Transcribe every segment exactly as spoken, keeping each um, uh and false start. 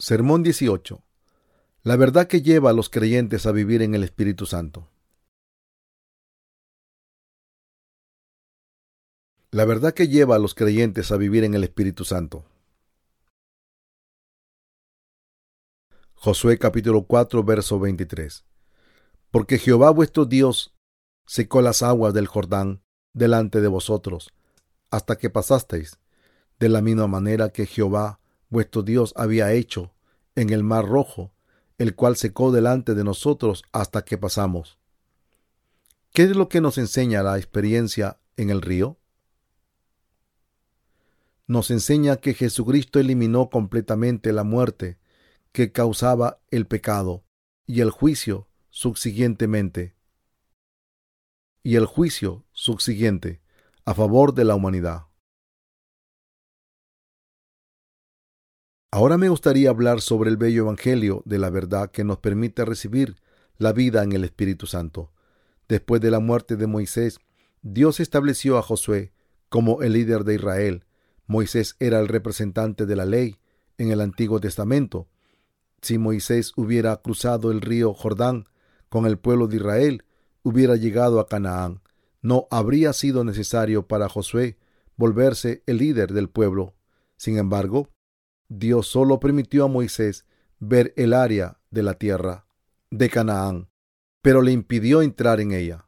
Sermón dieciocho. La verdad que lleva a los creyentes a vivir en el Espíritu Santo. La verdad que lleva a los creyentes a vivir en el Espíritu Santo. Josué capítulo cuatro, verso veintitrés. Porque Jehová vuestro Dios secó las aguas del Jordán delante de vosotros, hasta que pasasteis, de la misma manera que Jehová vuestro Dios había hecho en el mar Rojo, el cual secó delante de nosotros hasta que pasamos. ¿Qué es lo que nos enseña la experiencia en el río? Nos enseña que Jesucristo eliminó completamente la muerte que causaba el pecado y el juicio subsiguientemente y el juicio subsiguiente a favor de la humanidad. Ahora me gustaría hablar sobre el bello evangelio de la verdad que nos permite recibir la vida en el Espíritu Santo. Después de la muerte de Moisés, Dios estableció a Josué como el líder de Israel. Moisés era el representante de la ley en el Antiguo Testamento. Si Moisés hubiera cruzado el río Jordán con el pueblo de Israel, hubiera llegado a Canaán. No habría sido necesario para Josué volverse el líder del pueblo. Sin embargo, Dios solo permitió a Moisés ver el área de la tierra de Canaán, pero le impidió entrar en ella.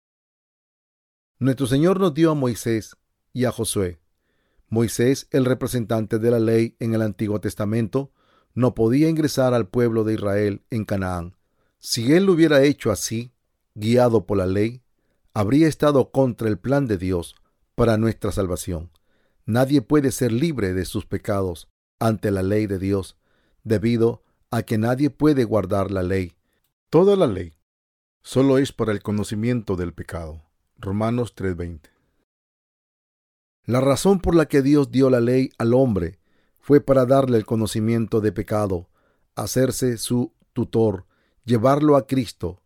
Nuestro Señor nos dio a Moisés y a Josué. Moisés, el representante de la ley en el Antiguo Testamento, no podía ingresar al pueblo de Israel en Canaán. Si él lo hubiera hecho así, guiado por la ley, habría estado contra el plan de Dios para nuestra salvación. Nadie puede ser libre de sus pecados ante la ley de Dios, debido a que nadie puede guardar la ley. Toda la ley solo es para el conocimiento del pecado. Romanos tres veinte. La razón por la que Dios dio la ley al hombre fue para darle el conocimiento de pecado, hacerse su tutor, llevarlo a Cristo.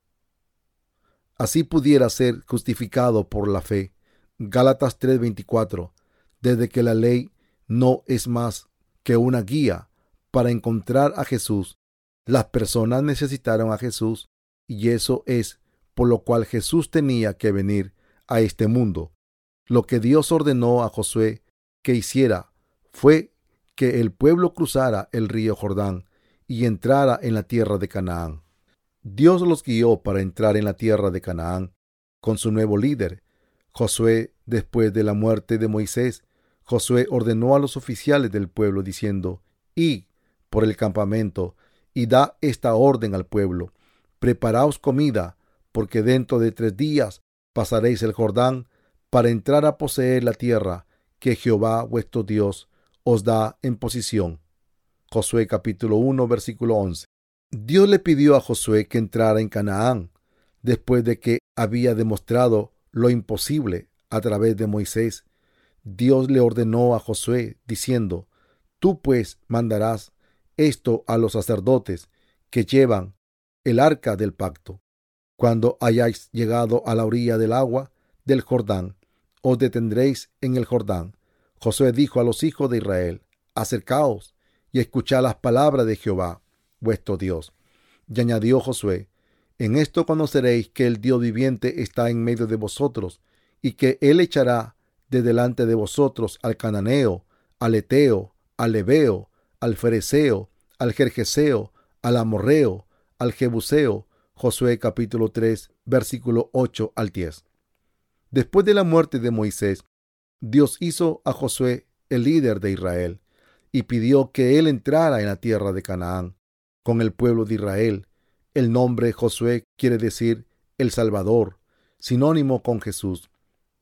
Así pudiera ser justificado por la fe. Gálatas tres veinticuatro. Desde que la ley no es más que una guía para encontrar a Jesús, las personas necesitaron a Jesús, y eso es por lo cual Jesús tenía que venir a este mundo. Lo que Dios ordenó a Josué que hiciera fue que el pueblo cruzara el río Jordán y entrara en la tierra de Canaán. Dios los guió para entrar en la tierra de Canaán con su nuevo líder, Josué. Después de la muerte de Moisés, Josué ordenó a los oficiales del pueblo diciendo: «Id por el campamento y da esta orden al pueblo: preparaos comida, porque dentro de tres días pasaréis el Jordán para entrar a poseer la tierra que Jehová vuestro Dios os da en posesión». Josué capítulo uno, versículo once. Dios le pidió a Josué que entrara en Canaán después de que había demostrado lo imposible a través de Moisés. Dios le ordenó a Josué diciendo: «Tú pues mandarás esto a los sacerdotes que llevan el arca del pacto. Cuando hayáis llegado a la orilla del agua del Jordán, os detendréis en el Jordán». Josué dijo a los hijos de Israel: «Acercaos y escuchad las palabras de Jehová vuestro Dios». Y añadió Josué: «En esto conoceréis que el Dios viviente está en medio de vosotros, y que él echará de delante de vosotros al cananeo, al eteo, al heveo, al fereceo, al gergeseo, al amorreo, al jebuseo». Josué capítulo tres, versículo ocho al diez. Después de la muerte de Moisés, Dios hizo a Josué el líder de Israel y pidió que él entrara en la tierra de Canaán con el pueblo de Israel. El nombre Josué quiere decir el Salvador, sinónimo con Jesús.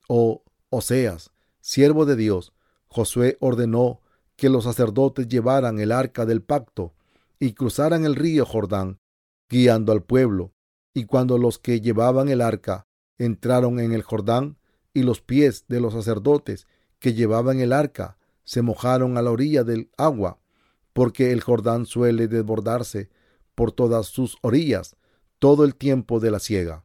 O Oseas, siervo de Dios. Josué ordenó que los sacerdotes llevaran el arca del pacto y cruzaran el río Jordán, guiando al pueblo. Y cuando los que llevaban el arca entraron en el Jordán, y los pies de los sacerdotes que llevaban el arca se mojaron a la orilla del agua, porque el Jordán suele desbordarse por todas sus orillas todo el tiempo de la siega.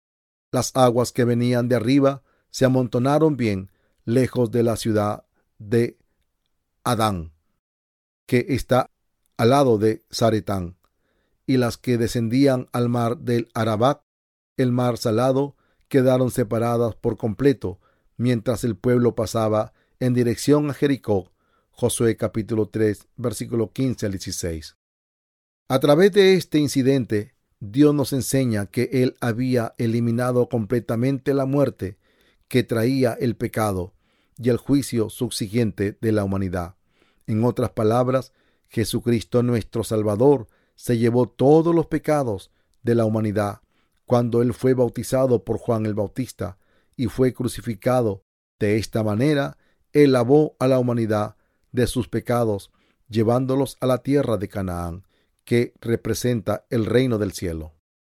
Las aguas que venían de arriba se amontonaron bien lejos de la ciudad de Adán, que está al lado de Zaretán, y las que descendían al mar del Arabá, el mar Salado, quedaron separadas por completo, mientras el pueblo pasaba en dirección a Jericó. Josué capítulo tres, versículo quince al dieciséis. A través de este incidente, Dios nos enseña que Él había eliminado completamente la muerte que traía el pecado y el juicio subsiguiente de la humanidad. En otras palabras, Jesucristo nuestro Salvador se llevó todos los pecados de la humanidad cuando Él fue bautizado por Juan el Bautista y fue crucificado. De esta manera, Él lavó a la humanidad de sus pecados, llevándolos a la tierra de Canaán, que representa el reino del cielo.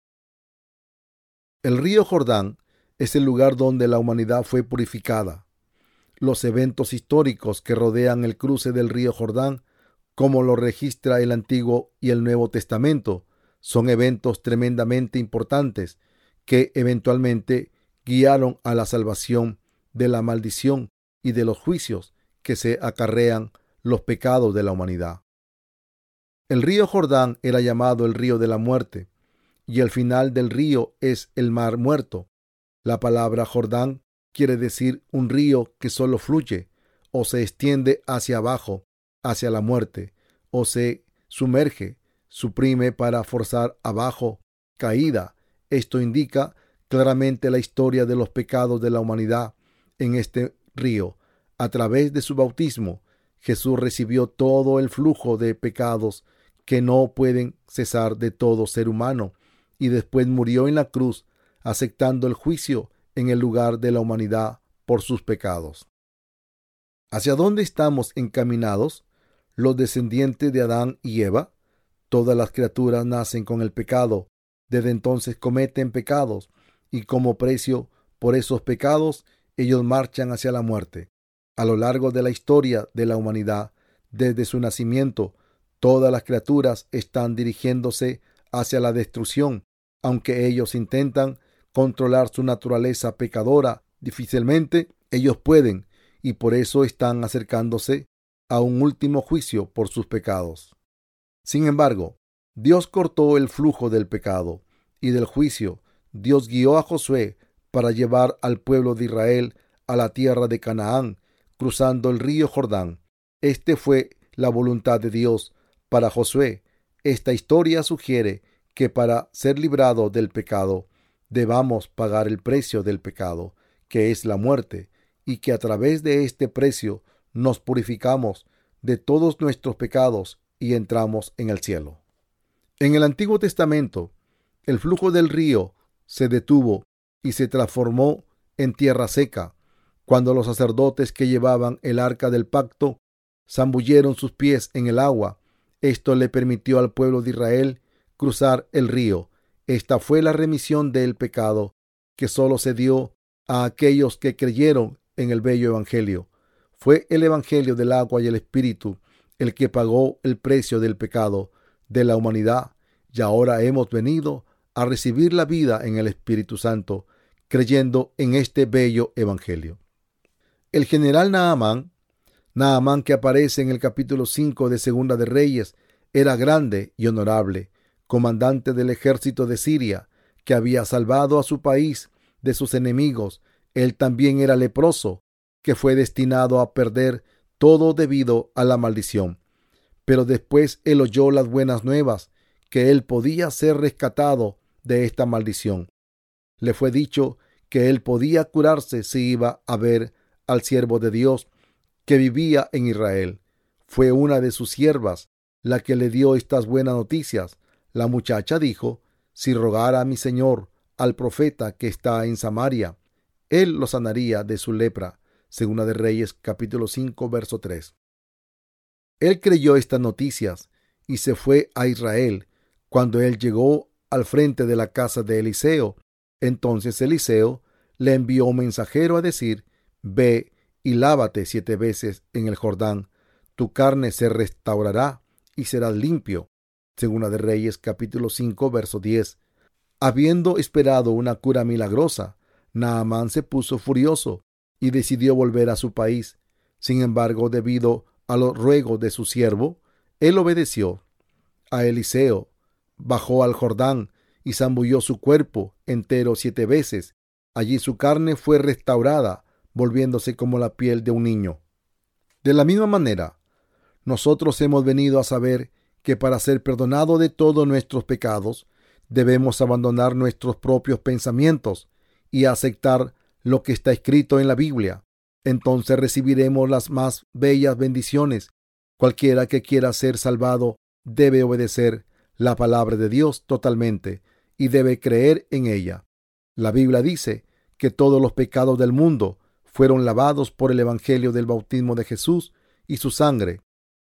El río Jordán es el lugar donde la humanidad fue purificada. Los eventos históricos que rodean el cruce del río Jordán, como lo registra el Antiguo y el Nuevo Testamento, son eventos tremendamente importantes que eventualmente guiaron a la salvación de la maldición y de los juicios que se acarrean los pecados de la humanidad. El río Jordán era llamado el río de la muerte, y el final del río es el mar muerto. La palabra Jordán quiere decir un río que solo fluye o se extiende hacia abajo, hacia la muerte, o se sumerge, suprime para forzar abajo, caída. Esto indica claramente la historia de los pecados de la humanidad en este río. A través de su bautismo, Jesús recibió todo el flujo de pecados que no pueden cesar de todo ser humano, y después murió en la cruz, aceptando el juicio en el lugar de la humanidad por sus pecados. ¿Hacia dónde estamos encaminados? Los descendientes de Adán y Eva. Todas las criaturas nacen con el pecado. Desde entonces cometen pecados, y como precio por esos pecados, ellos marchan hacia la muerte. A lo largo de la historia de la humanidad, desde su nacimiento, todas las criaturas están dirigiéndose hacia la destrucción. Aunque ellos intentan controlar su naturaleza pecadora, difícilmente ellos pueden, y por eso están acercándose a un último juicio por sus pecados. Sin embargo, Dios cortó el flujo del pecado y del juicio. Dios guió a Josué para llevar al pueblo de Israel a la tierra de Canaán, cruzando el río Jordán. Este fue la voluntad de Dios para Josué. Esta historia sugiere que para ser librado del pecado, debamos pagar el precio del pecado, que es la muerte, y que a través de este precio nos purificamos de todos nuestros pecados y entramos en el cielo. En el Antiguo Testamento, el flujo del río se detuvo y se transformó en tierra seca, cuando los sacerdotes que llevaban el arca del pacto zambulleron sus pies en el agua. Esto le permitió al pueblo de Israel cruzar el río. Esta fue la remisión del pecado que solo se dio a aquellos que creyeron en el bello evangelio. Fue el evangelio del agua y el espíritu el que pagó el precio del pecado de la humanidad, y ahora hemos venido a recibir la vida en el Espíritu Santo, creyendo en este bello evangelio. El general Naamán, Naamán que aparece en el capítulo cinco de Segunda de Reyes, era grande y honorable, comandante del ejército de Siria, que había salvado a su país de sus enemigos. Él también era leproso, que fue destinado a perder todo debido a la maldición. Pero después él oyó las buenas nuevas, que él podía ser rescatado de esta maldición. Le fue dicho que él podía curarse si iba a ver al siervo de Dios que vivía en Israel. Fue una de sus siervas la que le dio estas buenas noticias. La muchacha dijo: si rogara a mi señor, al profeta que está en Samaria, él lo sanaría de su lepra. Segunda de Reyes, capítulo cinco, verso tres. Él creyó estas noticias y se fue a Israel. Cuando él llegó al frente de la casa de Eliseo, entonces Eliseo le envió un mensajero a decir: ve y lávate siete veces en el Jordán, tu carne se restaurará y serás limpio. Segunda de Reyes, capítulo cinco, verso diez. Habiendo esperado una cura milagrosa, Naamán se puso furioso y decidió volver a su país. Sin embargo, debido a los ruegos de su siervo, él obedeció. a Eliseo, bajó al Jordán y zambulló su cuerpo entero siete veces. Allí su carne fue restaurada, volviéndose como la piel de un niño. De la misma manera, nosotros hemos venido a saber que para ser perdonados de todos nuestros pecados, debemos abandonar nuestros propios pensamientos y aceptar lo que está escrito en la Biblia. Entonces recibiremos las más bellas bendiciones. Cualquiera que quiera ser salvado debe obedecer la palabra de Dios totalmente y debe creer en ella. La Biblia dice que todos los pecados del mundo fueron lavados por el evangelio del bautismo de Jesús y su sangre.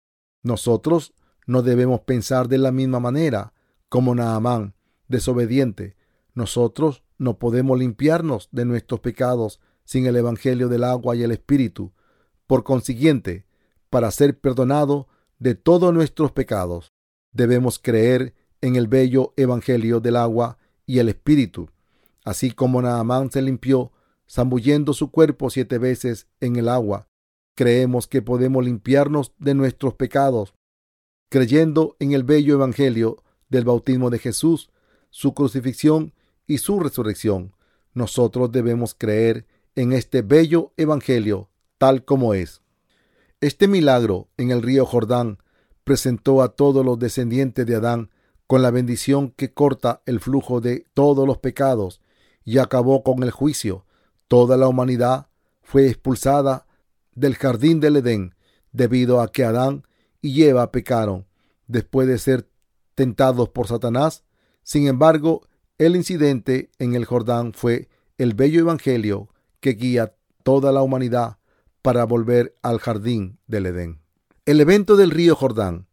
Nosotros no debemos pensar de la misma manera como Naamán, desobediente. Nosotros no podemos limpiarnos de nuestros pecados sin el evangelio del agua y el espíritu. Por consiguiente, para ser perdonado de todos nuestros pecados, debemos creer en el bello evangelio del agua y el espíritu. Así como Naamán se limpió zambullendo su cuerpo siete veces en el agua, creemos que podemos limpiarnos de nuestros pecados creyendo en el bello evangelio del bautismo de Jesús, su crucifixión y su resurrección. Nosotros debemos creer en este bello evangelio tal como es. Este milagro en el río Jordán presentó a todos los descendientes de Adán con la bendición que corta el flujo de todos los pecados y acabó con el juicio. Toda la humanidad fue expulsada del jardín del Edén debido a que Adán y Eva pecaron después de ser tentados por Satanás. Sin embargo, el incidente en el Jordán fue el bello evangelio que guía toda la humanidad para volver al jardín del Edén. El evento del río Jordán.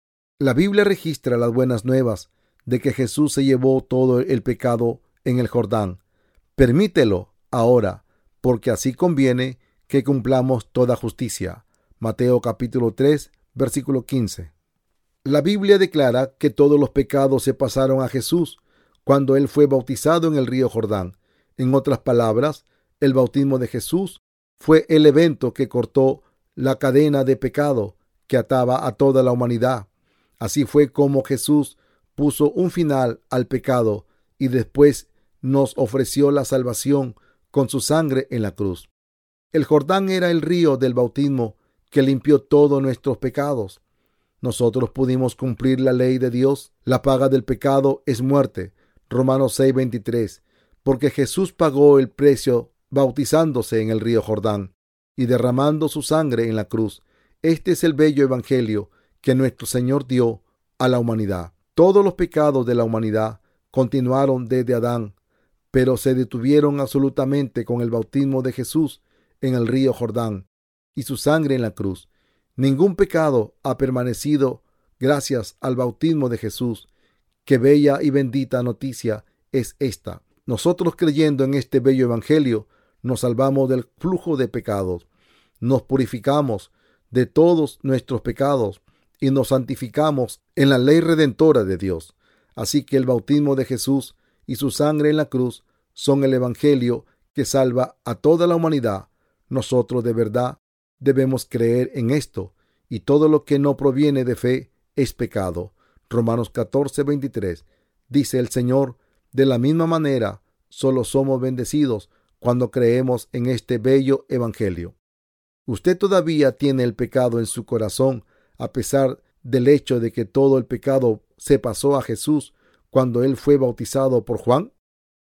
La Biblia registra las buenas nuevas de que Jesús se llevó todo el pecado en el Jordán. Permítelo ahora, porque así conviene que cumplamos toda justicia. Mateo capítulo tres, versículo quince. La Biblia declara que todos los pecados se pasaron a Jesús cuando él fue bautizado en el río Jordán. En otras palabras, el bautismo de Jesús fue el evento que cortó la cadena de pecado que ataba a toda la humanidad. Así fue como Jesús puso un final al pecado y después nos ofreció la salvación con su sangre en la cruz. El Jordán era el río del bautismo que limpió todos nuestros pecados. Nosotros pudimos cumplir la ley de Dios. La paga del pecado es muerte. Romanos seis, veintitrés. Porque Jesús pagó el precio bautizándose en el río Jordán y derramando su sangre en la cruz. Este es el bello evangelio que nuestro Señor dio a la humanidad. Todos los pecados de la humanidad continuaron desde Adán, pero se detuvieron absolutamente con el bautismo de Jesús en el río Jordán y su sangre en la cruz. Ningún pecado ha permanecido gracias al bautismo de Jesús. Qué bella y bendita noticia es esta. Nosotros, creyendo en este bello evangelio, nos salvamos del flujo de pecados, nos purificamos de todos nuestros pecados y nos santificamos en la ley redentora de Dios. Así que el bautismo de Jesús y su sangre en la cruz son el evangelio que salva a toda la humanidad. Nosotros de verdad debemos creer en esto, y todo lo que no proviene de fe es pecado. Romanos catorce, veintitrés. Dice el Señor: de la misma manera, solo somos bendecidos cuando creemos en este bello evangelio. Usted todavía tiene el pecado en su corazón, a pesar del hecho de que todo el pecado se pasó a Jesús cuando él fue bautizado por Juan.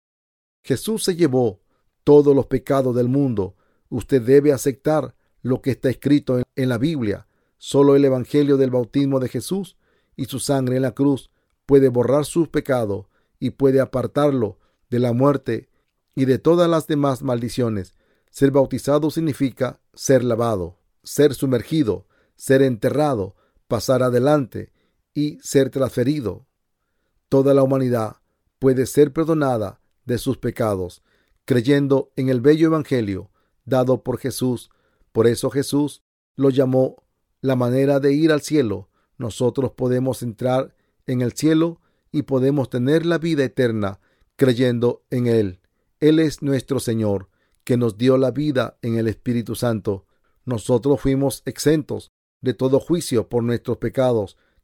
Jesús se llevó todos los pecados del mundo. Usted debe aceptar lo que está escrito en la Biblia. Solo el evangelio del bautismo de Jesús y su sangre en la cruz puede borrar sus pecados y puede apartarlo de la muerte y de todas las demás maldiciones. Ser bautizado significa ser lavado, ser sumergido, ser enterrado, pasar adelante y ser transferido. Toda la humanidad puede ser perdonada de sus pecados creyendo en el bello evangelio dado por Jesús. Por eso Jesús lo llamó la manera de ir al cielo. Nosotros podemos entrar en el cielo y podemos tener la vida eterna creyendo en Él. Él es nuestro Señor, que nos dio la vida en el Espíritu Santo. Nosotros fuimos exentos de todo juicio por nuestros pecados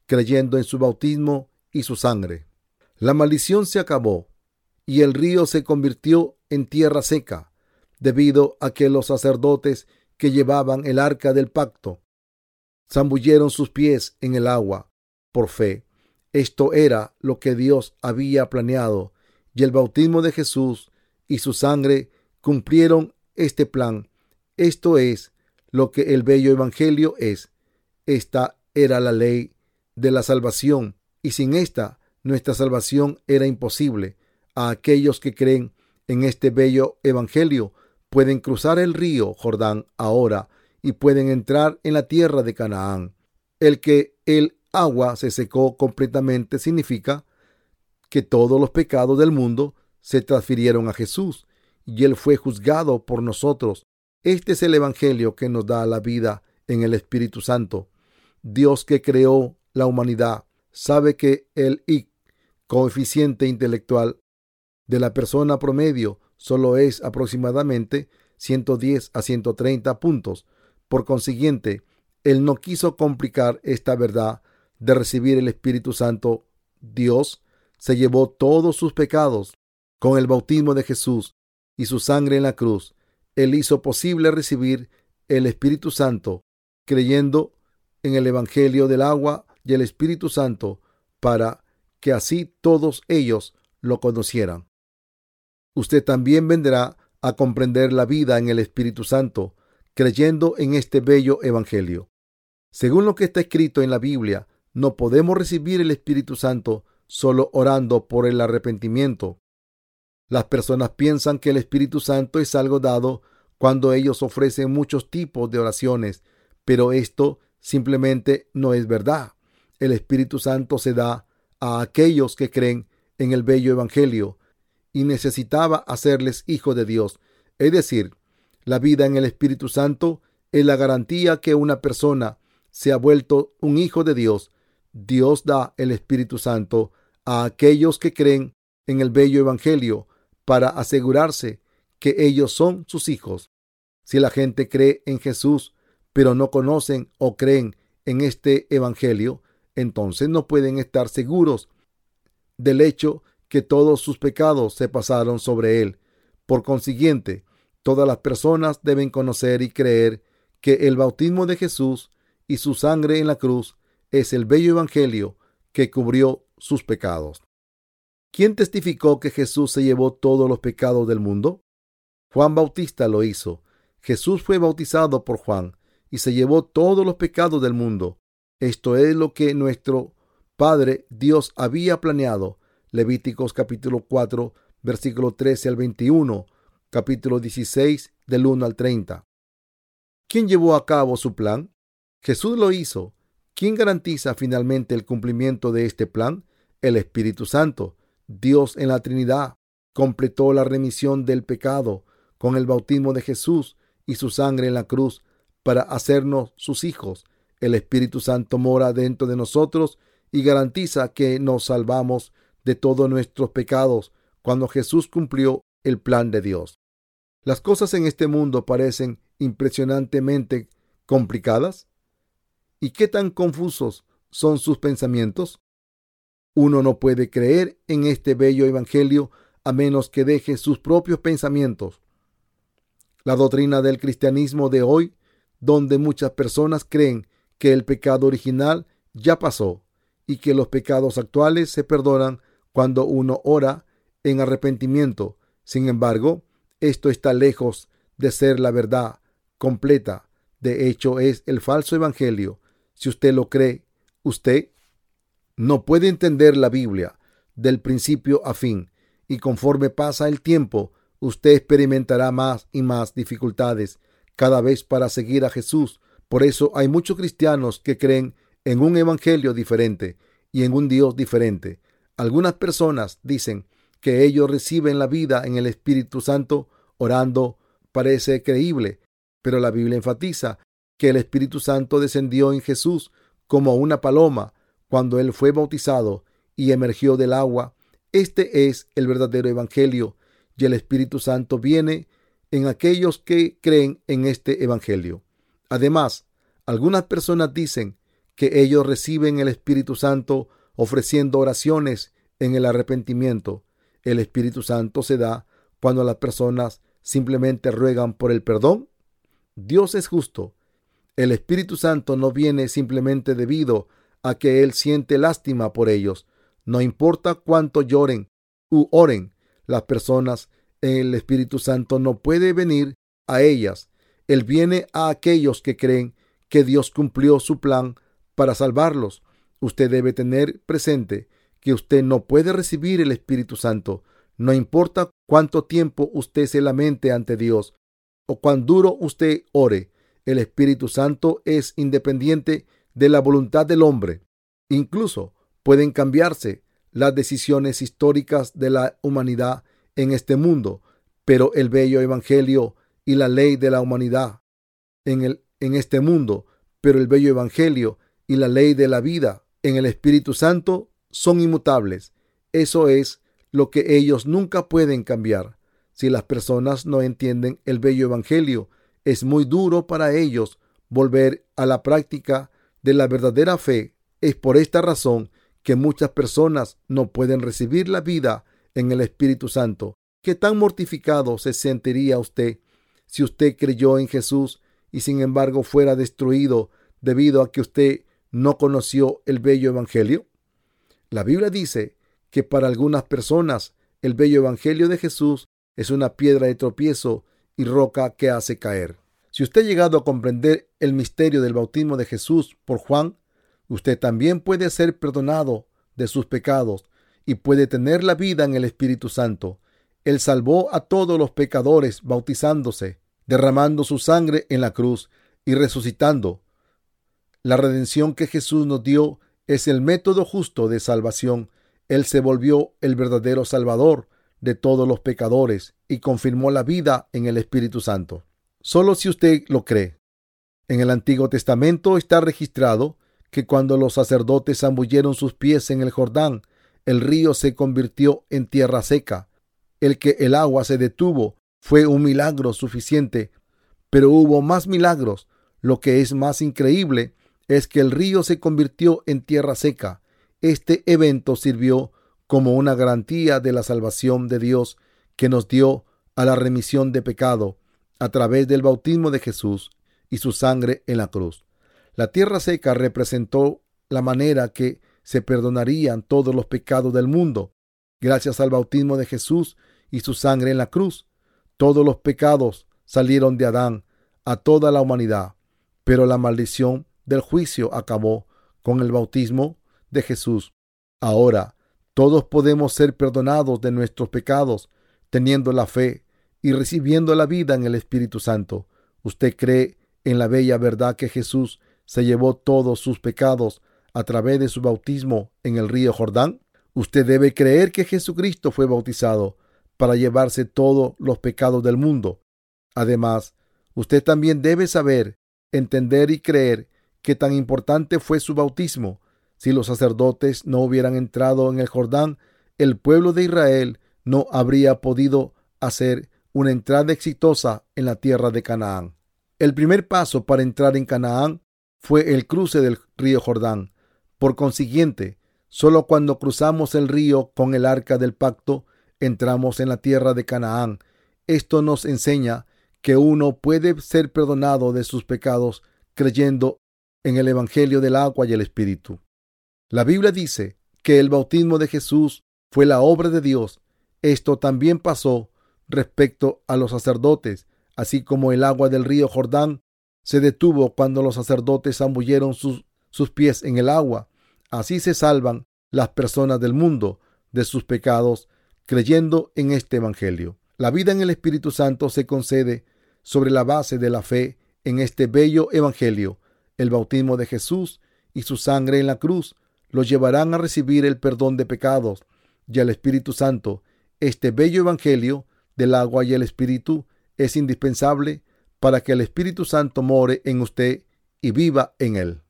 creyendo en su bautismo y su sangre. La maldición se acabó y el río se convirtió en tierra seca, debido a que los sacerdotes que llevaban el arca del pacto zambulleron sus pies en el agua por fe. Esto era lo que Dios había planeado, y el bautismo de Jesús y su sangre cumplieron este plan. Esto es lo que el bello evangelio es. Esta era la ley de la salvación, y sin esta nuestra salvación era imposible. A aquellos que creen en este bello evangelio pueden cruzar el río Jordán ahora y pueden entrar en la tierra de Canaán. El que el agua se secó completamente significa que todos los pecados del mundo se transfirieron a Jesús y Él fue juzgado por nosotros. Este es el evangelio que nos da la vida en el Espíritu Santo. Dios, que creó la humanidad, sabe que el I Q, coeficiente intelectual de la persona promedio, solo es aproximadamente ciento diez a ciento treinta puntos. Por consiguiente, Él no quiso complicar esta verdad de recibir el Espíritu Santo. Dios se llevó todos sus pecados con el bautismo de Jesús y su sangre en la cruz. Él hizo posible recibir el Espíritu Santo creyendo en el Evangelio del agua y el Espíritu Santo para que así todos ellos lo conocieran. Usted también vendrá a comprender la vida en el Espíritu Santo creyendo en este bello evangelio. Según lo que está escrito en la Biblia, no podemos recibir el Espíritu Santo solo orando por el arrepentimiento. Las personas piensan que el Espíritu Santo es algo dado cuando ellos ofrecen muchos tipos de oraciones, pero esto simplemente no es verdad. El Espíritu Santo se da a aquellos que creen en el bello evangelio y necesitaba hacerles hijos de Dios. Es decir, la vida en el Espíritu Santo es la garantía que una persona se ha vuelto un hijo de Dios. Dios da el Espíritu Santo a aquellos que creen en el bello evangelio para asegurarse que ellos son sus hijos. Si la gente cree en Jesús, pero no conocen o creen en este evangelio, entonces no pueden estar seguros del hecho que todos sus pecados se pasaron sobre él. Por consiguiente, todas las personas deben conocer y creer que el bautismo de Jesús y su sangre en la cruz es el bello evangelio que cubrió sus pecados. ¿Quién testificó que Jesús se llevó todos los pecados del mundo? Juan Bautista lo hizo. Jesús fue bautizado por Juan y se llevó todos los pecados del mundo. Esto es lo que nuestro Padre Dios había planeado. Levíticos capítulo cuatro, versículo trece al veintiuno, capítulo dieciséis, del uno al treinta. ¿Quién llevó a cabo su plan? Jesús lo hizo. ¿Quién garantiza finalmente el cumplimiento de este plan? El Espíritu Santo. Dios en la Trinidad completó la remisión del pecado con el bautismo de Jesús y su sangre en la cruz para hacernos sus hijos. El Espíritu Santo mora dentro de nosotros y garantiza que nos salvamos de todos nuestros pecados cuando Jesús cumplió el plan de Dios. Las cosas en este mundo parecen impresionantemente complicadas. ¿Y qué tan confusos son sus pensamientos? Uno no puede creer en este bello evangelio a menos que deje sus propios pensamientos. La doctrina del cristianismo de hoy, donde muchas personas creen que el pecado original ya pasó y que los pecados actuales se perdonan cuando uno ora en arrepentimiento. Sin embargo, esto está lejos de ser la verdad completa. De hecho, es el falso evangelio. Si usted lo cree, usted no puede entender la Biblia del principio a fin, y conforme pasa el tiempo, usted experimentará más y más dificultades cada vez para seguir a Jesús. Por eso hay muchos cristianos que creen en un evangelio diferente y en un Dios diferente. Algunas personas dicen que ellos reciben la vida en el Espíritu Santo orando. Parece creíble, pero la Biblia enfatiza que el Espíritu Santo descendió en Jesús como una paloma cuando él fue bautizado y emergió del agua. Este es el verdadero evangelio, y el Espíritu Santo viene en aquellos que creen en este evangelio. Además, algunas personas dicen que ellos reciben el Espíritu Santo ofreciendo oraciones en el arrepentimiento. El Espíritu Santo se da cuando las personas simplemente ruegan por el perdón. Dios es justo. El Espíritu Santo no viene simplemente debido a que Él siente lástima por ellos. No importa cuánto lloren u oren, las personas, el Espíritu Santo no puede venir a ellas. Él viene a aquellos que creen que Dios cumplió su plan para salvarlos. Usted debe tener presente que usted no puede recibir el Espíritu Santo. No importa cuánto tiempo usted se lamente ante Dios o cuán duro usted ore. El Espíritu Santo es independiente de la voluntad del hombre. Incluso pueden cambiarse las decisiones históricas de la humanidad en este mundo, pero el bello evangelio y la ley de la humanidad en, el, en este mundo, pero el bello evangelio y la ley de la vida en el Espíritu Santo son inmutables. Eso es lo que ellos nunca pueden cambiar. Si las personas no entienden el bello evangelio, es muy duro para ellos volver a la práctica de la verdadera fe. Es por esta razón que muchas personas no pueden recibir la vida en el Espíritu Santo. ¿Qué tan mortificado se sentiría usted si usted creyó en Jesús y sin embargo fuera destruido debido a que usted no conoció el bello evangelio? La Biblia dice que para algunas personas el bello evangelio de Jesús es una piedra de tropiezo y roca que hace caer. Si usted ha llegado a comprender el misterio del bautismo de Jesús por Juan, usted también puede ser perdonado de sus pecados y puede tener la vida en el Espíritu Santo. Él salvó a todos los pecadores bautizándose, derramando su sangre en la cruz y resucitando. La redención que Jesús nos dio es el método justo de salvación. Él se volvió el verdadero Salvador de todos los pecadores y confirmó la vida en el Espíritu Santo. Solo si usted lo cree. En el Antiguo Testamento está registrado que cuando los sacerdotes zambulleron sus pies en el Jordán, el río se convirtió en tierra seca. El que el agua se detuvo fue un milagro suficiente, pero hubo más milagros. Lo que es más increíble es que el río se convirtió en tierra seca. Este evento sirvió como una garantía de la salvación de Dios que nos dio a la remisión de pecado a través del bautismo de Jesús y su sangre en la cruz. La tierra seca representó la manera que se perdonarían todos los pecados del mundo. Gracias al bautismo de Jesús y su sangre en la cruz, todos los pecados salieron de Adán a toda la humanidad, pero la maldición del juicio acabó con el bautismo de Jesús. Ahora, todos podemos ser perdonados de nuestros pecados teniendo la fe y recibiendo la vida en el Espíritu Santo. ¿Usted cree en la bella verdad que Jesús se llevó todos sus pecados a través de su bautismo en el río Jordán? Usted debe creer que Jesucristo fue bautizado para llevarse todos los pecados del mundo. Además, usted también debe saber, entender y creer que tan importante fue su bautismo. Si los sacerdotes no hubieran entrado en el Jordán, el pueblo de Israel no habría podido hacer una entrada exitosa en la tierra de Canaán. El primer paso para entrar en Canaán fue el cruce del río Jordán. Por consiguiente, solo cuando cruzamos el río con el arca del pacto, entramos en la tierra de Canaán. Esto nos enseña que uno puede ser perdonado de sus pecados creyendo en el Evangelio del agua y el Espíritu. La Biblia dice que el bautismo de Jesús fue la obra de Dios. Esto también pasó respecto a los sacerdotes, así como el agua del río Jordán se detuvo cuando los sacerdotes zambulleron sus, sus pies en el agua. Así se salvan las personas del mundo de sus pecados creyendo en este Evangelio. La vida en el Espíritu Santo se concede sobre la base de la fe en este bello Evangelio. El bautismo de Jesús y su sangre en la cruz los llevarán a recibir el perdón de pecados y al Espíritu Santo. Este bello Evangelio del agua y el Espíritu es indispensable para que el Espíritu Santo more en usted y viva en él.